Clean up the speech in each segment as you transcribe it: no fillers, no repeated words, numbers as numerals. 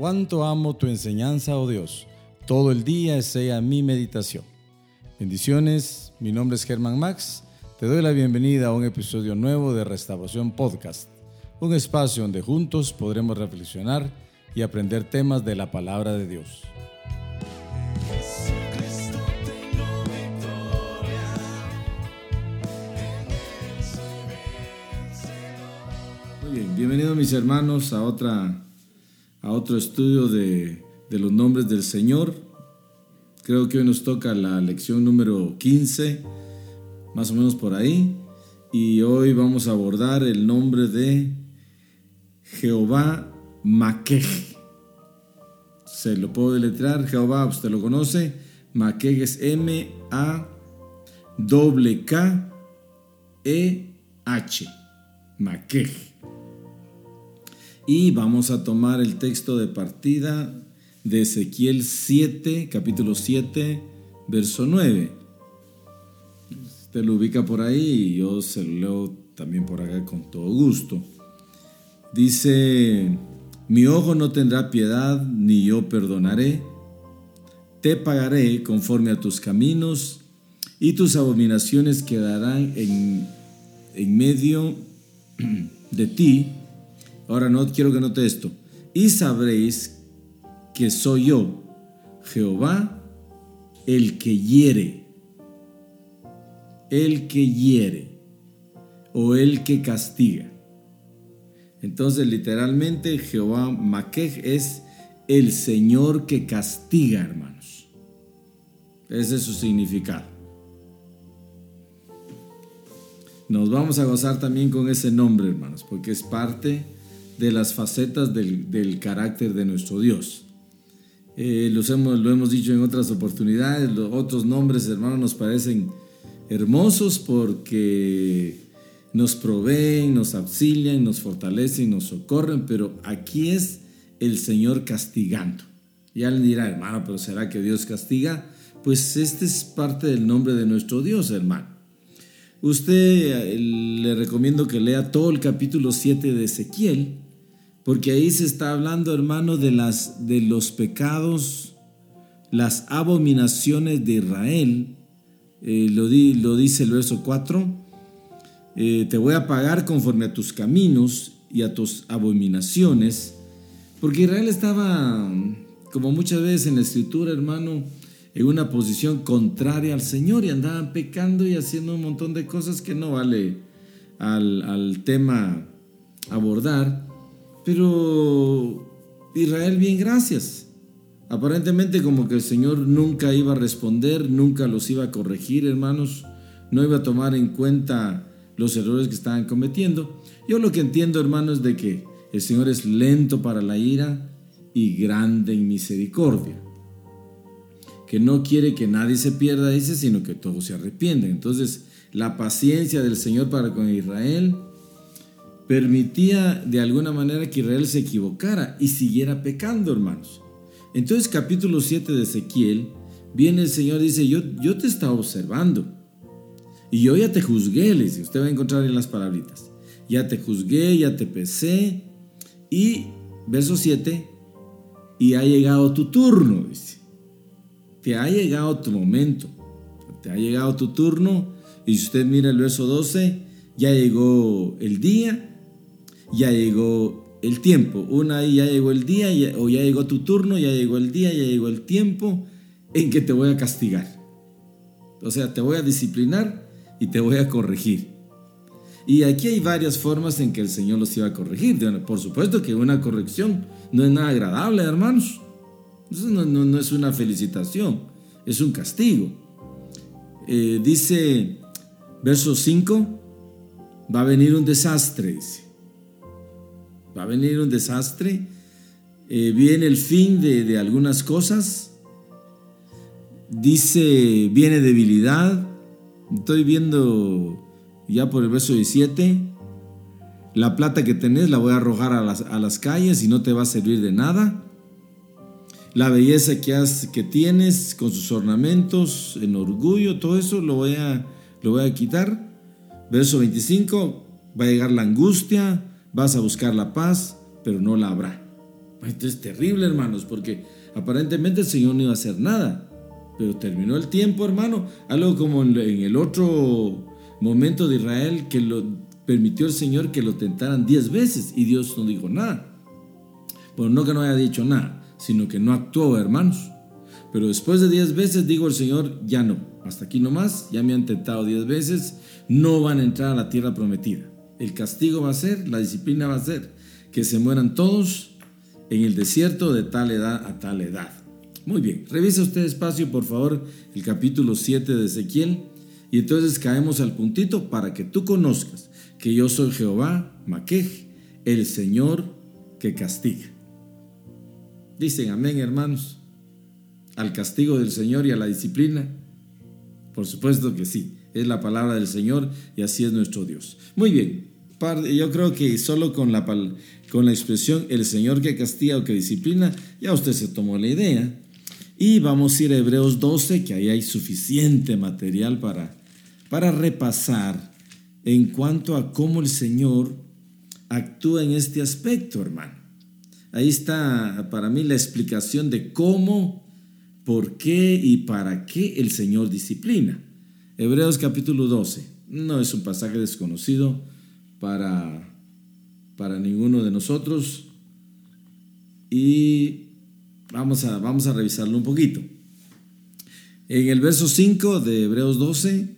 Cuánto amo tu enseñanza, oh Dios. Todo el día sea mi meditación. Bendiciones, mi nombre es Germán Max. Te doy la bienvenida a un episodio nuevo de Restauración Podcast, un espacio donde juntos podremos reflexionar y aprender temas de la palabra de Dios. Muy bien, bienvenidos mis hermanos a otro estudio de los nombres del Señor. Creo que hoy nos toca la lección número 15, más o menos por ahí, y hoy vamos a abordar el nombre de Jehová Makej. Se lo puedo deletrear. Jehová, usted lo conoce. Makej es M-A-K-E-H. Makej. Y vamos a tomar el texto de partida de Ezequiel 7, capítulo 7, verso 9. Usted lo ubica por ahí y yo se lo leo también por acá con todo gusto. Dice: mi ojo no tendrá piedad, ni yo perdonaré. Te pagaré conforme a tus caminos, y tus abominaciones quedarán en medio de ti. Ahora no quiero que note esto. Y sabréis que soy yo, Jehová, el que hiere, o el que castiga. Entonces, literalmente, Jehová Makej es el Señor que castiga, hermanos. Ese es su significado. Nos vamos a gozar también con ese nombre, hermanos, porque es parte de las facetas del carácter de nuestro Dios. Lo hemos dicho en otras oportunidades. Los otros nombres, hermanos, nos parecen hermosos porque nos proveen, nos auxilian, nos fortalecen, nos socorren, pero aquí es el Señor castigando. Ya le dirá, hermano, pero ¿será que Dios castiga? Pues este es parte del nombre de nuestro Dios, hermano. Usted le recomiendo que lea todo el capítulo 7 de Ezequiel, porque ahí se está hablando, hermano, de los pecados, las abominaciones de Israel. Lo dice el verso 4. Te voy a pagar conforme a tus caminos y a tus abominaciones, porque Israel estaba, como muchas veces en la escritura, hermano, en una posición contraria al Señor, y andaban pecando y haciendo un montón de cosas que no vale al tema abordar. Pero Israel, bien, gracias. Aparentemente como que el Señor nunca iba a responder, nunca los iba a corregir, hermanos, no iba a tomar en cuenta los errores que estaban cometiendo. Yo lo que entiendo, hermanos, es de que el Señor es lento para la ira y grande en misericordia, que no quiere que nadie se pierda, dice, sino que todos se arrepientan. Entonces, la paciencia del Señor para con Israel permitía de alguna manera que Israel se equivocara y siguiera pecando, hermanos. Entonces, capítulo 7 de Ezequiel, viene el Señor y dice: yo te estaba observando y yo ya te juzgué, le dice. Usted va a encontrar en las palabritas: ya te juzgué, ya te pesé. Y verso 7, y ha llegado tu turno, dice. Te ha llegado tu momento, te ha llegado tu turno. Y si usted mira el verso 12, ya llegó el día, ya llegó el tiempo. Ya llegó el día, o ya llegó tu turno, ya llegó el día, ya llegó el tiempo en que te voy a castigar. O sea, te voy a disciplinar y te voy a corregir. Y aquí hay varias formas en que el Señor los iba a corregir. Por supuesto que una corrección no es nada agradable, hermanos. Eso no es una felicitación, es un castigo. Dice, verso 5, va a venir un desastre, dice. Va a venir un desastre. Viene el fin de algunas cosas. Dice, viene debilidad. Estoy viendo ya por el verso 17. La plata que tenés la voy a arrojar a las calles y no te va a servir de nada. La belleza que tienes con sus ornamentos, en orgullo, todo eso lo voy a quitar. Verso 25, va a llegar la angustia, vas a buscar la paz, pero no la habrá. Esto es terrible, hermanos, porque aparentemente el Señor no iba a hacer nada. Pero terminó el tiempo, hermano. Algo como en el otro momento de Israel, que lo permitió el Señor que lo tentaran 10 veces y Dios no dijo nada. Bueno, no que no haya dicho nada, sino que no actuó, hermanos. Pero después de 10 veces dijo el Señor, ya no, hasta aquí nomás, ya me han tentado 10 veces, no van a entrar a la tierra prometida. El castigo va a ser, la disciplina va a ser, que se mueran todos en el desierto de tal edad a tal edad. Muy bien, revisa usted despacio, por favor, el capítulo 7 de Ezequiel, y entonces caemos al puntito para que tú conozcas que yo soy Jehová, Makej, el Señor que castiga. Dicen amén, hermanos, al castigo del Señor y a la disciplina. Por supuesto que sí, es la palabra del Señor y así es nuestro Dios. Muy bien, yo creo que solo con la expresión el Señor que castiga o que disciplina, ya usted se tomó la idea. Y vamos a ir a Hebreos 12, que ahí hay suficiente material para repasar en cuanto a cómo el Señor actúa en este aspecto, hermano. Ahí está para mí la explicación de cómo, por qué y para qué el Señor disciplina. Hebreos capítulo 12. No es un pasaje desconocido para ninguno de nosotros. Y vamos a revisarlo un poquito. En el verso 5 de Hebreos 12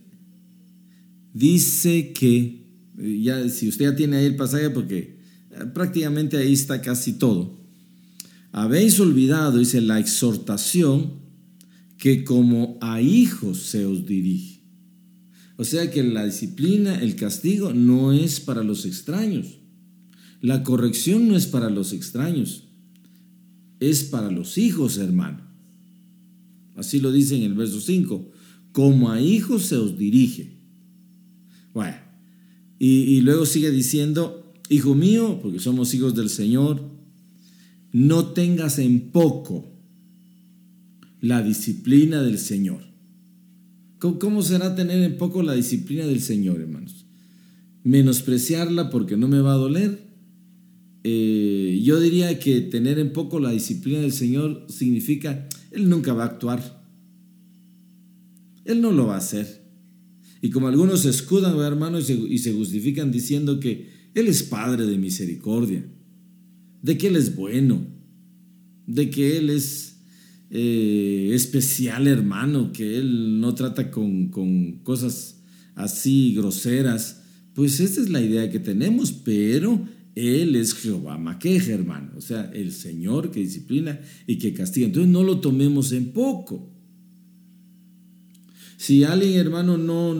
dice que, ya, si usted ya tiene ahí el pasaje, porque prácticamente ahí está casi todo. Habéis olvidado, dice, la exhortación que como a hijos se os dirige. O sea que la disciplina, el castigo no es para los extraños. La corrección no es para los extraños. Es para los hijos, hermano. Así lo dice en el verso 5. Como a hijos se os dirige. Bueno, y luego sigue diciendo, hijo mío, porque somos hijos del Señor, no tengas en poco la disciplina del Señor. ¿Cómo será tener en poco la disciplina del Señor, hermanos? Menospreciarla porque no me va a doler. Yo diría que tener en poco la disciplina del Señor significa, Él nunca va a actuar. Él no lo va a hacer. Y como algunos se escudan, hermanos, y se justifican diciendo que Él es Padre de misericordia, de que Él es bueno, de que Él es especial, hermano, que Él no trata con cosas así groseras. Pues esa es la idea que tenemos, pero Él es Jehová Makej, hermano, o sea, el Señor que disciplina y que castiga. Entonces no lo tomemos en poco. Si alguien, hermano,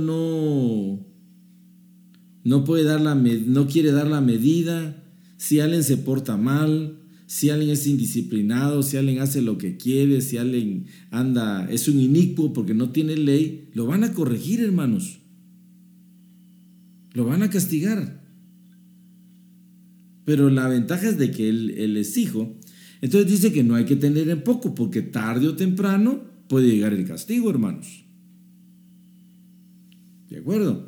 no puede no quiere dar la medida, si alguien se porta mal, si alguien es indisciplinado, si alguien hace lo que quiere, si alguien es un inicuo porque no tiene ley, lo van a corregir, hermanos. Lo van a castigar. Pero la ventaja es de que él es hijo. Entonces dice que no hay que tener en poco, porque tarde o temprano puede llegar el castigo, hermanos. ¿De acuerdo?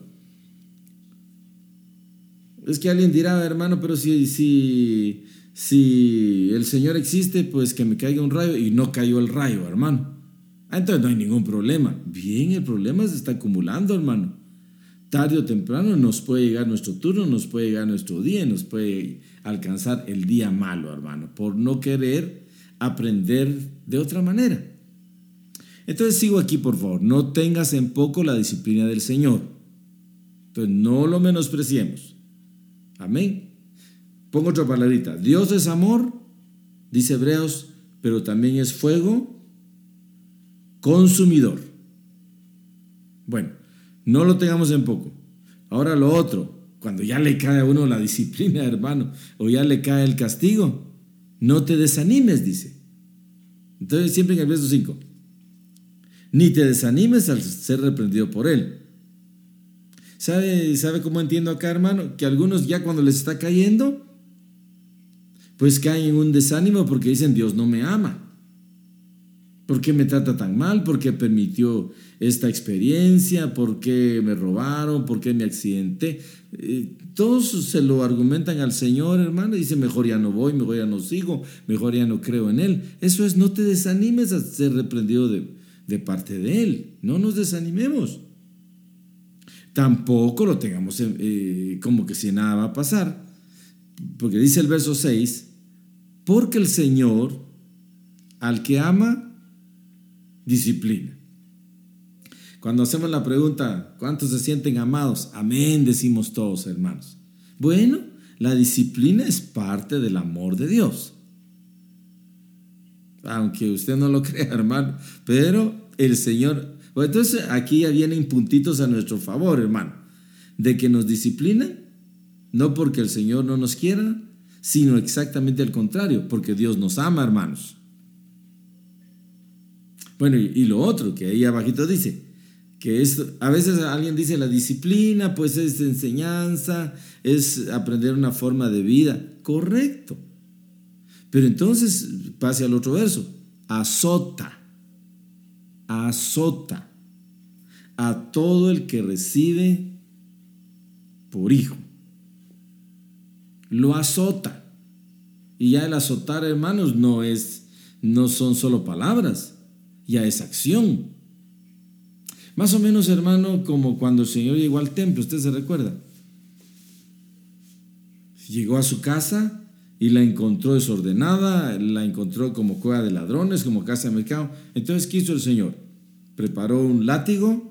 Es que alguien dirá, hermano, pero si el Señor existe, pues que me caiga un rayo, y no cayó el rayo, hermano. Entonces no hay ningún problema. Bien, el problema se está acumulando, hermano. Tarde o temprano nos puede llegar nuestro turno, nos puede llegar nuestro día, nos puede alcanzar el día malo, hermano, por no querer aprender de otra manera. Entonces sigo aquí, por favor. No tengas en poco la disciplina del Señor. Entonces no lo menospreciemos. Amén. Pongo otra palabrita. Dios es amor, dice Hebreos, pero también es fuego consumidor. Bueno, no lo tengamos en poco. Ahora lo otro, cuando ya le cae a uno la disciplina, hermano, o ya le cae el castigo, no te desanimes, dice. Entonces siempre en el verso 5. Ni te desanimes al ser reprendido por él. ¿Sabe cómo entiendo acá, hermano? Que algunos ya cuando les está cayendo, pues caen en un desánimo porque dicen, Dios no me ama. ¿Por qué me trata tan mal? ¿Por qué permitió esta experiencia? ¿Por qué me robaron? ¿Por qué me accidenté? Todos se lo argumentan al Señor, hermano, y dice, mejor ya no voy, mejor ya no sigo, mejor ya no creo en Él. Eso es, no te desanimes a ser reprendido de parte de Él. No nos desanimemos. Tampoco lo tengamos como que si nada va a pasar. Porque dice el verso 6, porque el Señor al que ama, disciplina. Cuando hacemos la pregunta, ¿cuántos se sienten amados? Amén, decimos todos, hermanos. Bueno, la disciplina es parte del amor de Dios. Aunque usted no lo crea, hermano, pero el Señor... Bueno, entonces aquí ya vienen puntitos a nuestro favor, hermano, de que nos disciplinan, no porque el Señor no nos quiera, sino exactamente al contrario, porque Dios nos ama, hermanos. Bueno, y lo otro que ahí abajito dice, que a veces alguien dice la disciplina, pues es enseñanza, es aprender una forma de vida. Correcto. Pero entonces pase al otro verso, azota a todo el que recibe por hijo. Lo azota. Y ya el azotar, hermanos, no son solo palabras. Ya es acción. Más o menos, hermano, como cuando el Señor llegó al templo, ¿usted se recuerda? Llegó a su casa y la encontró desordenada, la encontró como cueva de ladrones, como casa de mercado. Entonces, ¿qué hizo el Señor? Preparó un látigo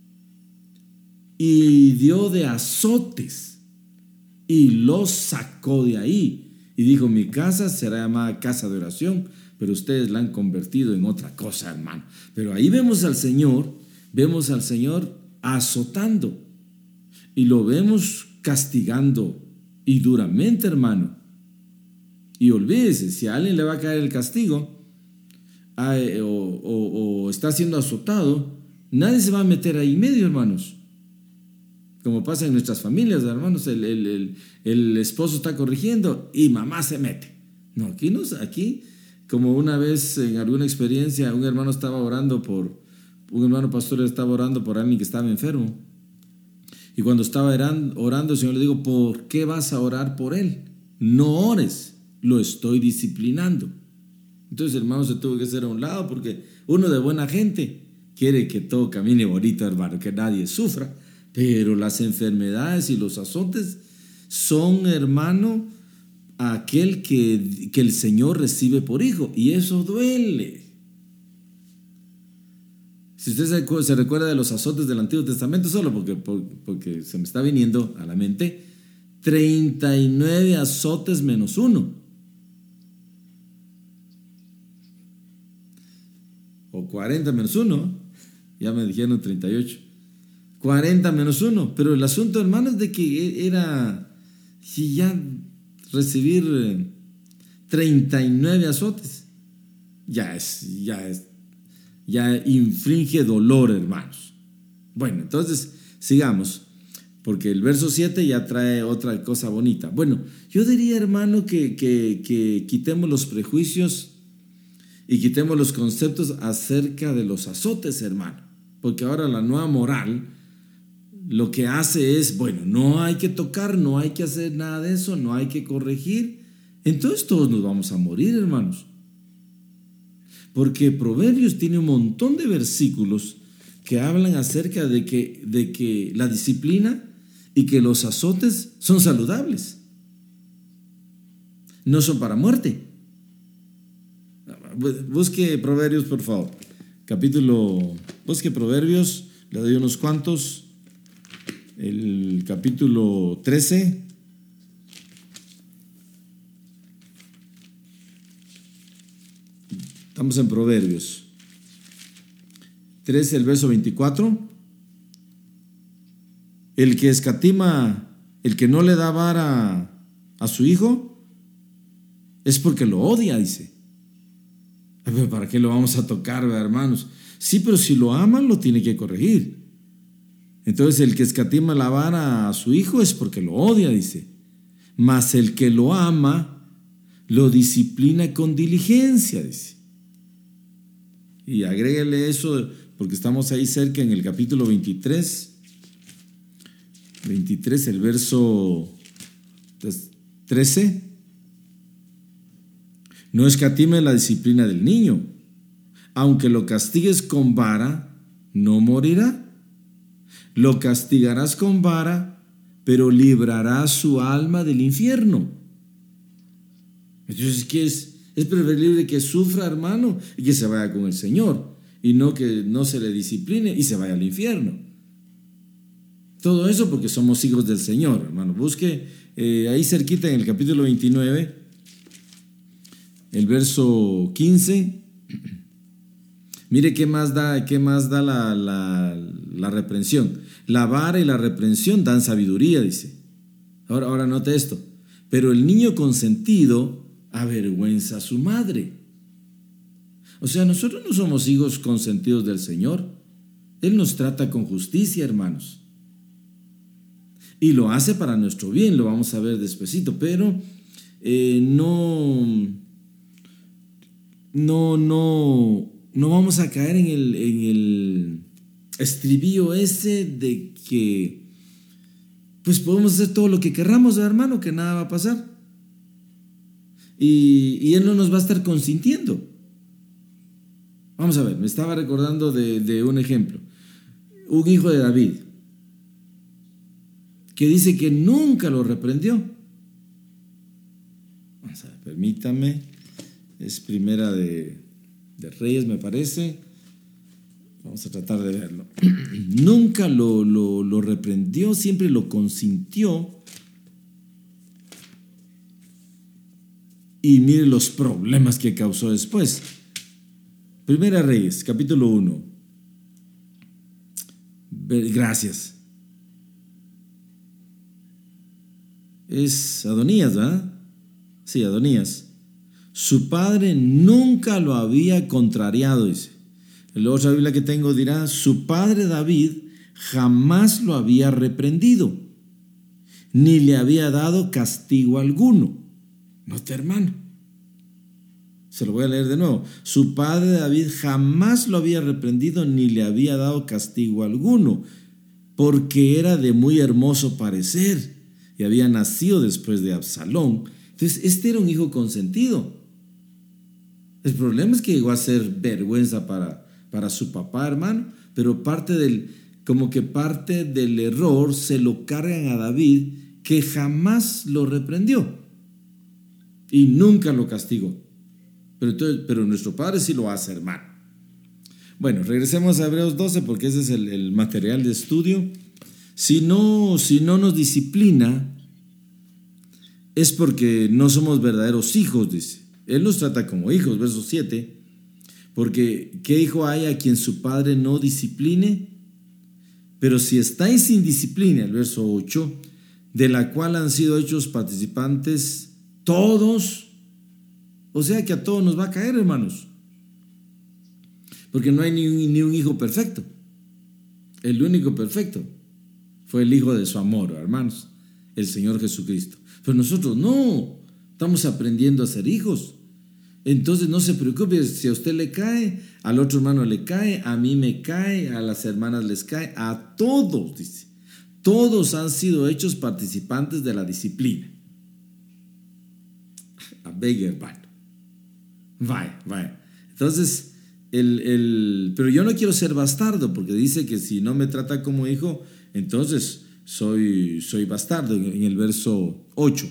y dio de azotes y los sacó de ahí. Y dijo, mi casa será llamada casa de oración, pero ustedes la han convertido en otra cosa, hermano. Pero ahí vemos al Señor azotando y lo vemos castigando y duramente, hermano. Y olvídese, si a alguien le va a caer el castigo o está siendo azotado, nadie se va a meter ahí en medio, hermanos. Como pasa en nuestras familias, hermanos, el esposo está corrigiendo y mamá se mete. No, aquí como una vez en alguna experiencia, un hermano pastor estaba orando por alguien que estaba enfermo. Y cuando estaba orando, el Señor le dijo, ¿por qué vas a orar por él? No ores, lo estoy disciplinando. Entonces el hermano se tuvo que hacer a un lado porque uno de buena gente quiere que todo camine bonito, hermano, que nadie sufra. Pero las enfermedades y los azotes son, hermano, aquel que el Señor recibe por hijo, y eso duele. Si usted se recuerda de los azotes del Antiguo Testamento, solo porque se me está viniendo a la mente, 39 azotes menos uno. O 40 menos uno, ya me dijeron 38. 40 menos uno, pero el asunto, hermano, es de que si ya recibir 39 azotes, ya infringe dolor, hermanos. Bueno, entonces sigamos, porque el verso 7 ya trae otra cosa bonita. Bueno, yo diría, hermano, que quitemos los prejuicios y quitemos los conceptos acerca de los azotes, hermano, porque ahora la nueva moral lo que hace es, bueno, no hay que tocar, no hay que hacer nada de eso, no hay que corregir. Entonces todos nos vamos a morir, hermanos. Porque Proverbios tiene un montón de versículos que hablan acerca de que la disciplina y que los azotes son saludables. No son para muerte. Busque Proverbios, por favor. Busque Proverbios, le doy unos cuantos. El capítulo 13. Estamos en Proverbios 13, el verso 24. El que escatima, el que no le da vara a su hijo, es porque lo odia, dice. ¿Para qué lo vamos a tocar, hermanos? Sí, pero si lo aman, lo tiene que corregir. Entonces el que escatima la vara a su hijo es porque lo odia, dice. Mas el que lo ama, lo disciplina con diligencia, dice. Y agréguele eso, porque estamos ahí cerca en el capítulo 23, el verso 13. No escatime la disciplina del niño. Aunque lo castigues con vara, no morirá. Lo castigarás con vara, pero librarás su alma del infierno. Entonces, ¿qué es? Es preferible que sufra, hermano, y que se vaya con el Señor, y no que no se le discipline y se vaya al infierno. Todo eso porque somos hijos del Señor, hermano. Busque ahí cerquita en el capítulo 29, el verso 15. Mire qué más da la reprensión. La vara y la reprensión dan sabiduría, dice. Ahora note esto. Pero el niño consentido avergüenza a su madre. O sea, nosotros no somos hijos consentidos del Señor. Él nos trata con justicia, hermanos. Y lo hace para nuestro bien, lo vamos a ver despuesito, pero no vamos a caer en el estribillo ese de que pues podemos hacer todo lo que querramos, hermano, que nada va a pasar. Y Él no nos va a estar consintiendo. Vamos a ver, me estaba recordando de un ejemplo. Un hijo de David que dice que nunca lo reprendió. Vamos a ver, permítame. Es primera de Reyes, me parece. Vamos a tratar de verlo. Nunca lo reprendió, siempre lo consintió. Y mire los problemas que causó después. Primera Reyes, capítulo 1. Gracias. Es Adonías, ¿verdad? Sí, Adonías. Su padre nunca lo había contrariado, dice. La otra Biblia que tengo dirá, su padre David jamás lo había reprendido, ni le había dado castigo alguno. Note, hermano. Se lo voy a leer de nuevo. Su padre David jamás lo había reprendido, ni le había dado castigo alguno, porque era de muy hermoso parecer y había nacido después de Absalón. Entonces, este era un hijo consentido. El problema es que llegó a ser vergüenza para su papá, hermano, pero parte del error se lo cargan a David, que jamás lo reprendió y nunca lo castigó. Pero nuestro padre sí lo hace, hermano. Bueno, regresemos a Hebreos 12 porque ese es el material de estudio. Si no nos disciplina, es porque no somos verdaderos hijos, dice. Él nos trata como hijos, verso 7. Porque ¿qué hijo hay a quien su padre no discipline? Pero si estáis sin disciplina, el verso 8, de la cual han sido hechos participantes todos, o sea que a todos nos va a caer, hermanos. Porque no hay ni un hijo perfecto. El único perfecto fue el hijo de su amor, hermanos, el Señor Jesucristo. Pero nosotros no, estamos aprendiendo a ser hijos. Entonces no se preocupe, si a usted le cae, al otro hermano le cae, a mí me cae, a las hermanas les cae, a todos, dice. Todos han sido hechos participantes de la disciplina. A beggar, vaya. Entonces, pero yo no quiero ser bastardo, porque dice que si no me trata como hijo, entonces soy bastardo, en el verso 8.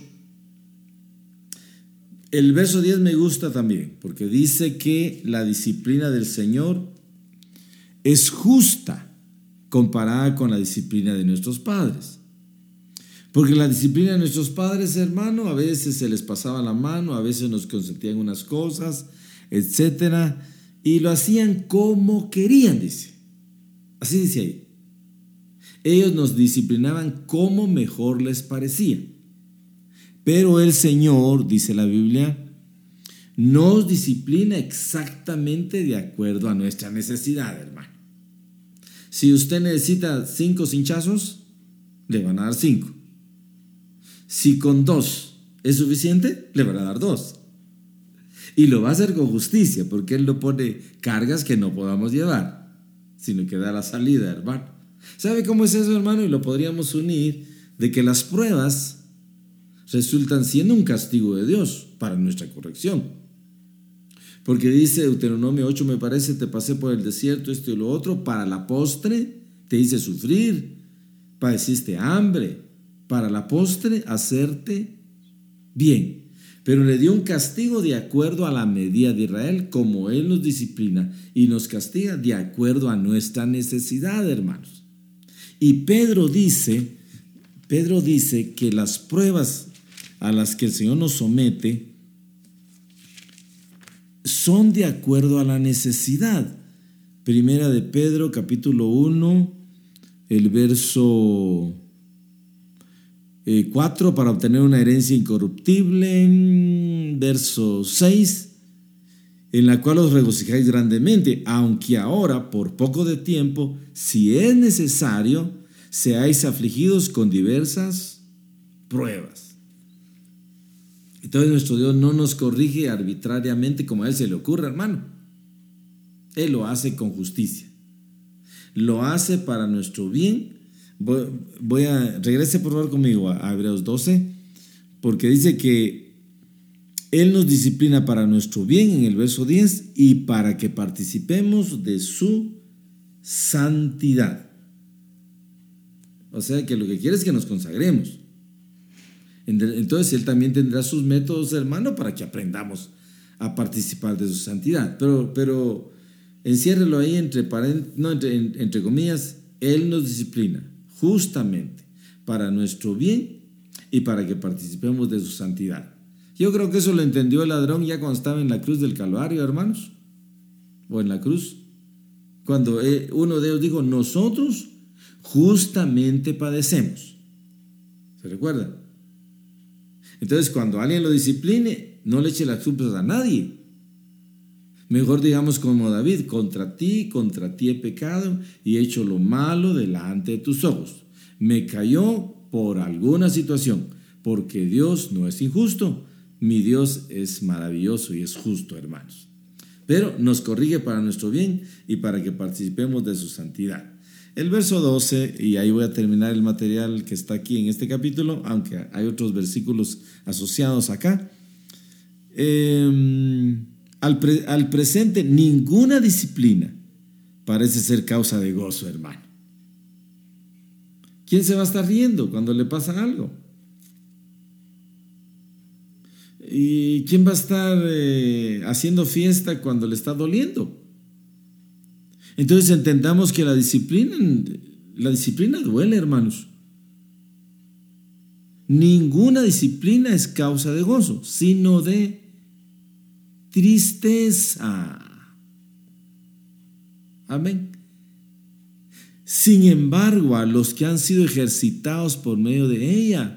El verso 10 me gusta también, porque dice que la disciplina del Señor es justa comparada con la disciplina de nuestros padres. Porque la disciplina de nuestros padres, hermano, a veces se les pasaba la mano, a veces nos consentían unas cosas, etcétera, y lo hacían como querían, dice. Así dice ahí. Ellos nos disciplinaban como mejor les parecía. Pero el Señor, dice la Biblia, nos disciplina exactamente de acuerdo a nuestra necesidad, hermano. Si usted necesita 5 cinchazos, le van a dar 5. Si con 2 es suficiente, le van a dar 2. Y lo va a hacer con justicia, porque Él no pone cargas que no podamos llevar, sino que da la salida, hermano. ¿Sabe cómo es eso, hermano? Y lo podríamos unir de que las pruebas resultan siendo un castigo de Dios para nuestra corrección. Porque dice Deuteronomio 8, me parece, te pasé por el desierto, esto y lo otro, para la postre te hice sufrir, padeciste hambre, para la postre hacerte bien. Pero le dio un castigo de acuerdo a la medida de Israel, como Él nos disciplina y nos castiga de acuerdo a nuestra necesidad, hermanos. Y Pedro dice que las pruebas a las que el Señor nos somete son de acuerdo a la necesidad. Primera de Pedro, capítulo 1, el verso 4, para obtener una herencia incorruptible, verso 6, en la cual os regocijáis grandemente, aunque ahora, por poco de tiempo, si es necesario, seáis afligidos con diversas pruebas. Entonces nuestro Dios no nos corrige arbitrariamente como a Él se le ocurre, hermano. Él lo hace con justicia. Lo hace para nuestro bien. Regrese por favor conmigo a Hebreos 12, porque dice que Él nos disciplina para nuestro bien en el verso 10 y para que participemos de su santidad. O sea que lo que quiere es que nos consagremos. Entonces Él también tendrá sus métodos, hermano, para que aprendamos a participar de su santidad. Pero enciérrelo ahí entre comillas. Él nos disciplina justamente para nuestro bien y para que participemos de su santidad. Yo creo que eso lo entendió el ladrón ya cuando estaba en la cruz del Calvario, hermanos, o en la cruz, cuando uno de ellos dijo, nosotros justamente padecemos. ¿Se recuerda? Entonces, cuando alguien lo discipline, no le eche las culpas a nadie. Mejor digamos como David, contra ti he pecado y he hecho lo malo delante de tus ojos. Me cayó por alguna situación, porque Dios no es injusto. Mi Dios es maravilloso y es justo, hermanos. Pero nos corrige para nuestro bien y para que participemos de su santidad. El verso 12, y ahí voy a terminar el material que está aquí en este capítulo, aunque hay otros versículos asociados acá. Al presente, ninguna disciplina parece ser causa de gozo, hermano. ¿Quién se va a estar riendo cuando le pasa algo? ¿Y quién va a estar haciendo fiesta cuando le está doliendo? Entonces entendamos que la disciplina duele, hermanos. Ninguna disciplina es causa de gozo, sino de tristeza. Amén. Sin embargo, a los que han sido ejercitados por medio de ella,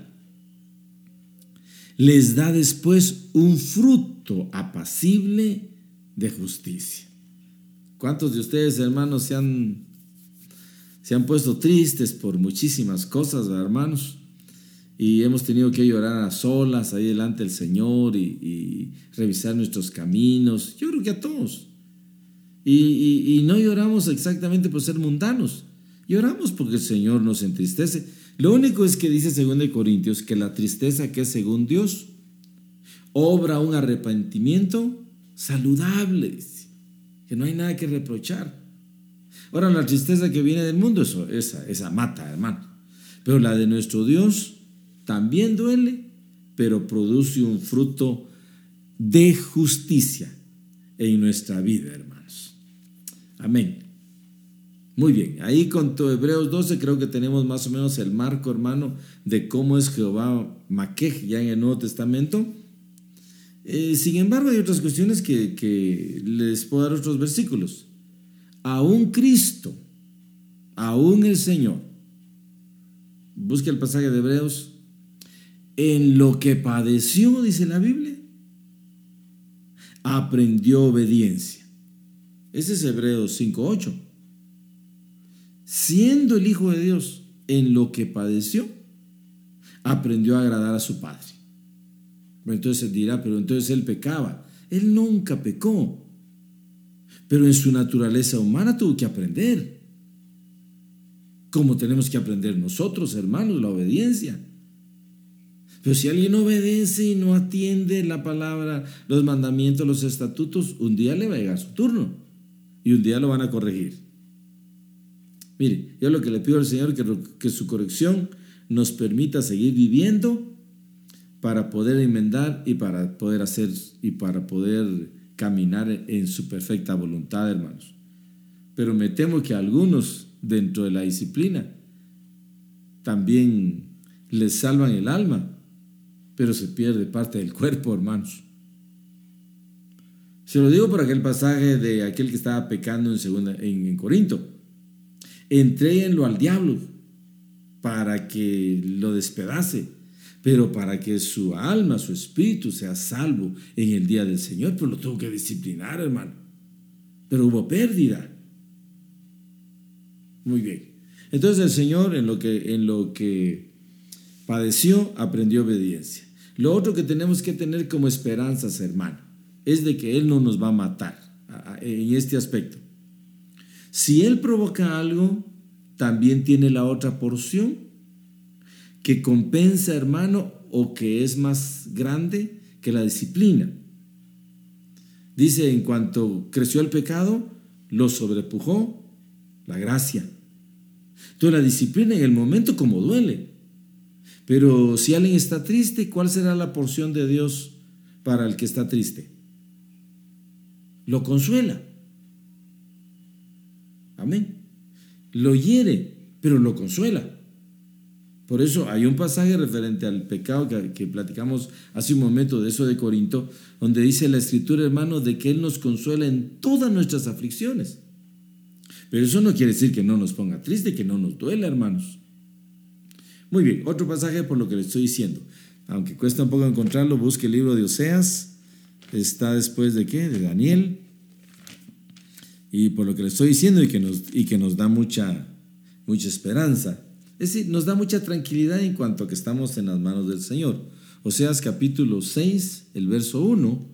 les da después un fruto apacible de justicia. ¿Cuántos de ustedes, hermanos, se han puesto tristes por muchísimas cosas, hermanos? Y hemos tenido que llorar a solas ahí delante del Señor y revisar nuestros caminos. Yo creo que a todos. Y no lloramos exactamente por ser mundanos. Lloramos porque el Señor nos entristece. Lo único es que dice 2 Corintios que la tristeza que es según Dios obra un arrepentimiento saludable, dice, que no hay nada que reprochar. Ahora, la tristeza que viene del mundo, esa mata, hermano. Pero la de nuestro Dios también duele, pero produce un fruto de justicia en nuestra vida, hermanos. Amén. Muy bien, ahí con Hebreos 12 creo que tenemos más o menos el marco, hermano, de cómo es Jehová Makej ya en el Nuevo Testamento. Sin embargo, hay otras cuestiones que les puedo dar otros versículos. Aún Cristo, aún el Señor, busque el pasaje de Hebreos, en lo que padeció, dice la Biblia, aprendió obediencia. Ese es Hebreos 5:8. Siendo el Hijo de Dios, en lo que padeció, aprendió a agradar a su Padre. Entonces dirá, pero entonces él pecaba. Él nunca pecó, pero en su naturaleza humana tuvo que aprender, como tenemos que aprender nosotros, hermanos, la obediencia. Pero si alguien obedece y no atiende la palabra, los mandamientos, los estatutos, un día le va a llegar su turno y un día lo van a corregir. Mire, yo lo que le pido al Señor que su corrección nos permita seguir viviendo para poder enmendar y para poder hacer y para poder caminar en su perfecta voluntad, hermanos. Pero me temo que a algunos dentro de la disciplina también les salvan el alma, pero se pierde parte del cuerpo, hermanos. Se lo digo por aquel pasaje de aquel que estaba pecando en Corinto. Entréguenlo al diablo para que lo despedace, pero para que su alma, su espíritu sea salvo en el día del Señor. Pero lo tuvo que disciplinar, hermano. Pero hubo pérdida. Muy bien. Entonces el Señor en lo que padeció, aprendió obediencia. Lo otro que tenemos que tener como esperanzas, hermano, es de que Él no nos va a matar en este aspecto. Si Él provoca algo, también tiene la otra porción que compensa, hermano, o que es más grande que la disciplina. Dice, en cuanto creció el pecado, lo sobrepujó la gracia. Entonces la disciplina en el momento como duele. Pero si alguien está triste, ¿cuál será la porción de Dios para el que está triste? Lo consuela. Amén. Lo hiere, pero lo consuela. Por eso hay un pasaje referente al pecado que platicamos hace un momento de eso de Corinto, donde dice la Escritura, hermano, de que Él nos consuela en todas nuestras aflicciones. Pero eso no quiere decir que no nos ponga triste, que no nos duela, hermanos. Muy bien, otro pasaje por lo que le estoy diciendo. Aunque cuesta un poco encontrarlo, busque el libro de Oseas. Está después de ¿qué? De Daniel. Y por lo que le estoy diciendo y que nos da mucha esperanza. Es decir, nos da mucha tranquilidad en cuanto a que estamos en las manos del Señor. Oseas capítulo 6, el verso 1.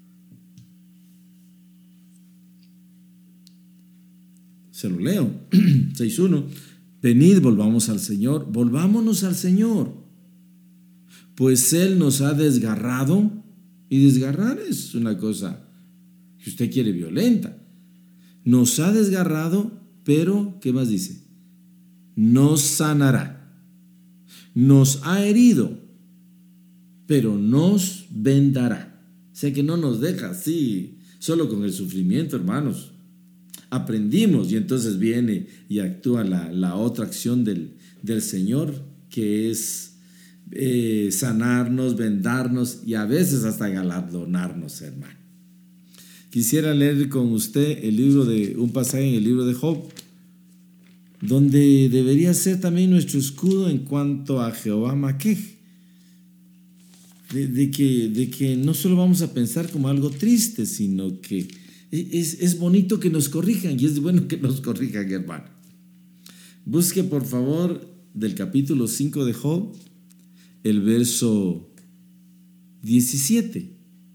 Se lo leo. 6.1. Venid, volvamos al Señor, volvámonos al Señor, pues Él nos ha desgarrado, y desgarrar es una cosa que usted quiere violenta. Nos ha desgarrado, pero, ¿qué más dice? Nos sanará. Nos ha herido, pero nos vendará. O sea que no nos deja así, solo con el sufrimiento, hermanos. Aprendimos y entonces viene y actúa la otra acción del Señor, que es sanarnos, vendarnos y a veces hasta galardonarnos, hermano. Quisiera leer con usted un pasaje en el libro de Job, donde debería ser también nuestro escudo en cuanto a Jehová Maquej, de que no solo vamos a pensar como algo triste, sino que es bonito que nos corrijan y es bueno que nos corrijan, hermano. Busque por favor del capítulo 5 de Job, el verso 17.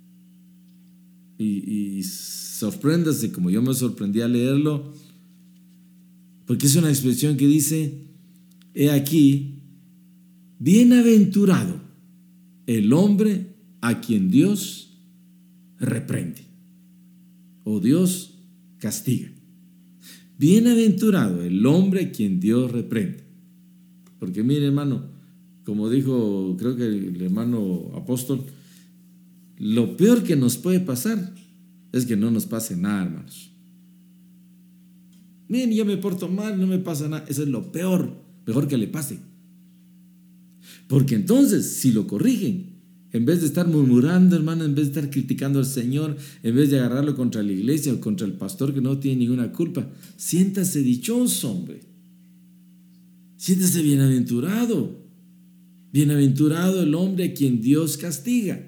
Y sorpréndase como yo me sorprendí al leerlo, porque es una expresión que dice, he aquí, bienaventurado el hombre a quien Dios reprende. O Dios castiga. Bienaventurado el hombre a quien Dios reprende. Porque mire, hermano, como dijo, creo que el hermano apóstol, lo peor que nos puede pasar es que no nos pase nada, hermanos. Miren, yo me porto mal, no me pasa nada. Eso es lo peor, mejor que le pase. Porque entonces, si lo corrigen, en vez de estar murmurando, hermano, en vez de estar criticando al Señor, en vez de agarrarlo contra la iglesia o contra el pastor que no tiene ninguna culpa, siéntase dichoso, hombre. Siéntase bienaventurado. Bienaventurado el hombre a quien Dios castiga.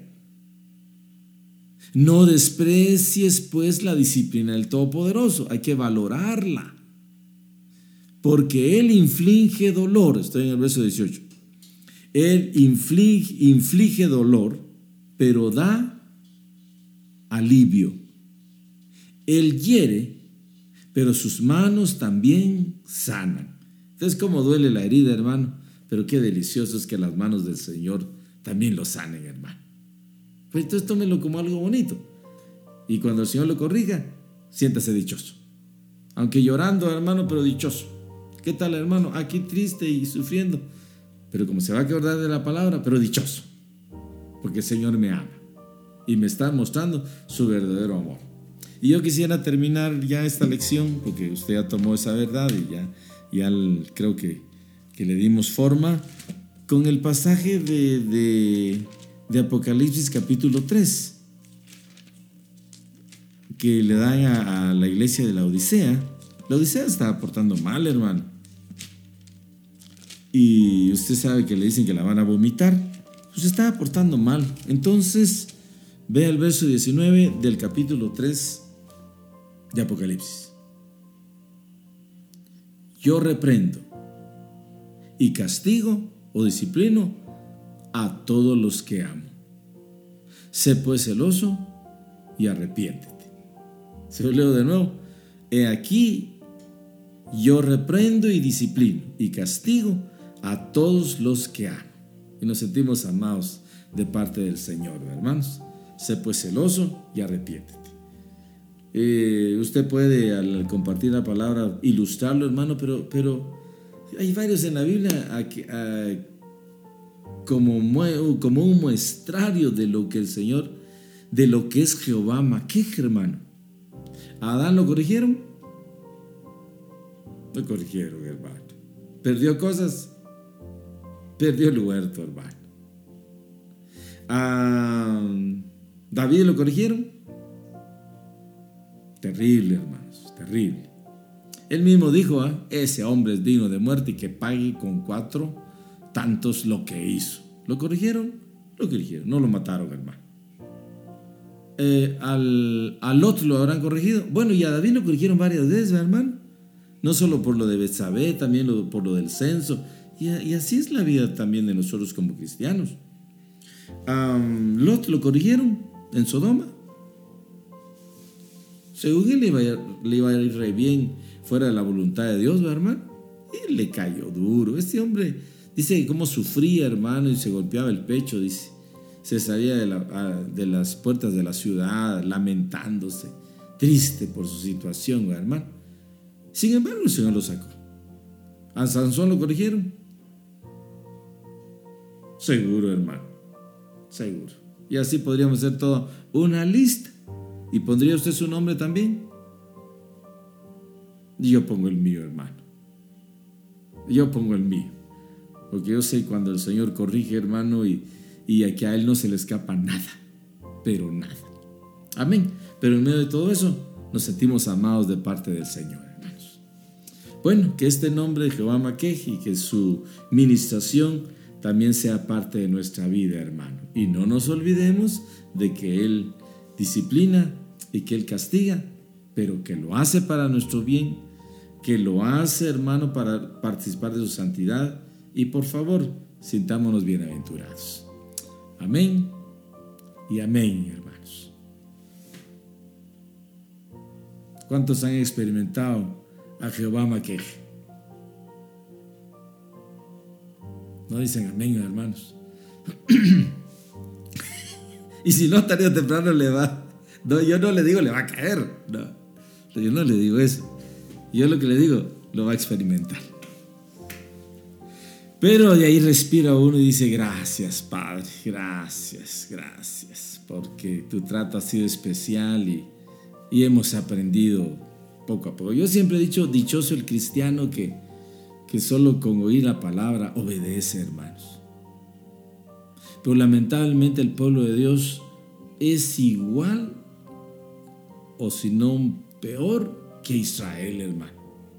No desprecies, pues, la disciplina del Todopoderoso. Hay que valorarla. Porque Él inflige dolor. Estoy en el verso 18. Él inflige dolor, pero da alivio. Él hiere, pero sus manos también sanan. Entonces, cómo duele la herida, hermano, pero qué delicioso es que las manos del Señor también lo sanen, hermano. Pues entonces tómelo como algo bonito. Y cuando el Señor lo corrija, siéntase dichoso. Aunque llorando, hermano, pero dichoso. ¿Qué tal, hermano? Aquí triste y sufriendo. Pero como se va a acordar de la palabra, pero dichoso. Porque el Señor me ama. Y me está mostrando su verdadero amor. Y yo quisiera terminar ya esta lección, porque usted ya tomó esa verdad y ya creo que le dimos forma, con el pasaje de Apocalipsis capítulo 3, que le dan a la iglesia de la Odisea. La Odisea estaba portando mal, hermano. Y usted sabe que le dicen que la van a vomitar. Pues estaba portando mal. Entonces, vea el verso 19 del capítulo 3 de Apocalipsis. Yo reprendo y castigo o disciplino a todos los que amo. Sé pues celoso y arrepiéntete. Se lo leo de nuevo. He aquí, yo reprendo y disciplino y castigo a todos los que amo. Y nos sentimos amados de parte del Señor, hermanos. Sé pues celoso y arrepiéntete. Usted puede, al compartir la palabra, ilustrarlo, hermano, pero hay varios en la Biblia como un muestrario de lo que el Señor, de lo que es Jehová Maquej, hermano. ¿A Adán lo corrigieron? Lo corrigieron, hermano. ¿Perdió cosas? Perdió el huerto, hermano. ¿A David lo corrigieron? Terrible, hermanos, terrible. Él mismo dijo, ese hombre es digno de muerte y que pague con 4 tantos lo que hizo. ¿Lo corrigieron? Lo corrigieron, no lo mataron, hermano. Al otro lo habrán corregido. Bueno, y a David lo corrigieron varias veces, hermano. No solo por lo de Betsabé, también por lo del censo. Y así es la vida también de nosotros como cristianos. Lot lo corrigieron en Sodoma. Según él le iba a ir re bien fuera de la voluntad de Dios, ¿verdad, hermano? Y le cayó duro. Este hombre dice cómo sufría, hermano, y se golpeaba el pecho, dice. Se salía de las puertas de la ciudad lamentándose, triste por su situación, ¿verdad, hermano? Sin embargo, el Señor lo sacó. ¿A Sansón lo corrigieron? Seguro, hermano, seguro. Y así podríamos hacer toda una lista. ¿Y pondría usted su nombre también? Yo pongo el mío, hermano. Yo pongo el mío. Porque yo sé cuando el Señor corrige, hermano, y que a Él no se le escapa nada. Pero nada. Amén. Pero en medio de todo eso, nos sentimos amados de parte del Señor, hermanos. Bueno, que este nombre de Jehová Maquej y que su ministración también sea parte de nuestra vida, hermano. Y no nos olvidemos de que Él disciplina y que Él castiga, pero que lo hace para nuestro bien, que lo hace, hermano, para participar de su santidad. Y por favor, sintámonos bienaventurados. Amén y amén, hermanos. ¿Cuántos han experimentado a Jehová Maquej? No dicen amén, hermanos. Y si no, tarde o temprano le va. No, yo no le digo le va a caer. No, yo no le digo eso. Yo lo que le digo, lo va a experimentar. Pero de ahí respira uno y dice, gracias, Padre, gracias, porque tu trato ha sido especial y hemos aprendido poco a poco. Yo siempre he dicho, dichoso el cristiano que solo con oír la palabra obedece, hermanos. Pero lamentablemente el pueblo de Dios es igual o si no peor que Israel, hermano.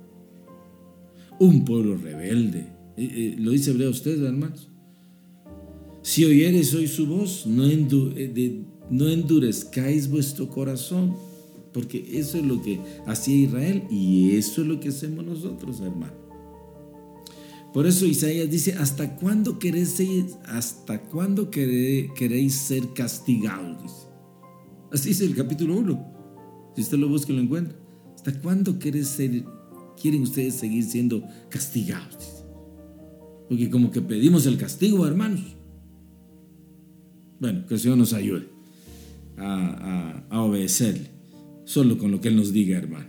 Un pueblo rebelde. Lo dice Hebreos 3, hermanos. Si oyereis hoy su voz, no endurezcáis vuestro corazón, porque eso es lo que hacía Israel y eso es lo que hacemos nosotros, hermano. Por eso Isaías dice, ¿hasta cuándo queréis ser castigados? Dice. Así dice el capítulo 1. Si usted lo busca, lo encuentra. ¿Hasta cuándo quieren ustedes seguir siendo castigados? Porque como que pedimos el castigo, hermanos. Bueno, que el Señor nos ayude a obedecerle, solo con lo que Él nos diga, hermano.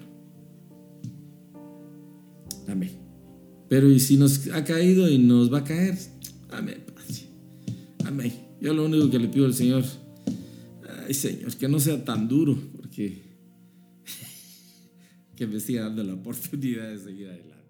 Amén. Pero y si nos ha caído y nos va a caer, amén, Padre. Amén. Yo lo único que le pido al Señor, ay Señor, que no sea tan duro, porque que me siga dando la oportunidad de seguir adelante.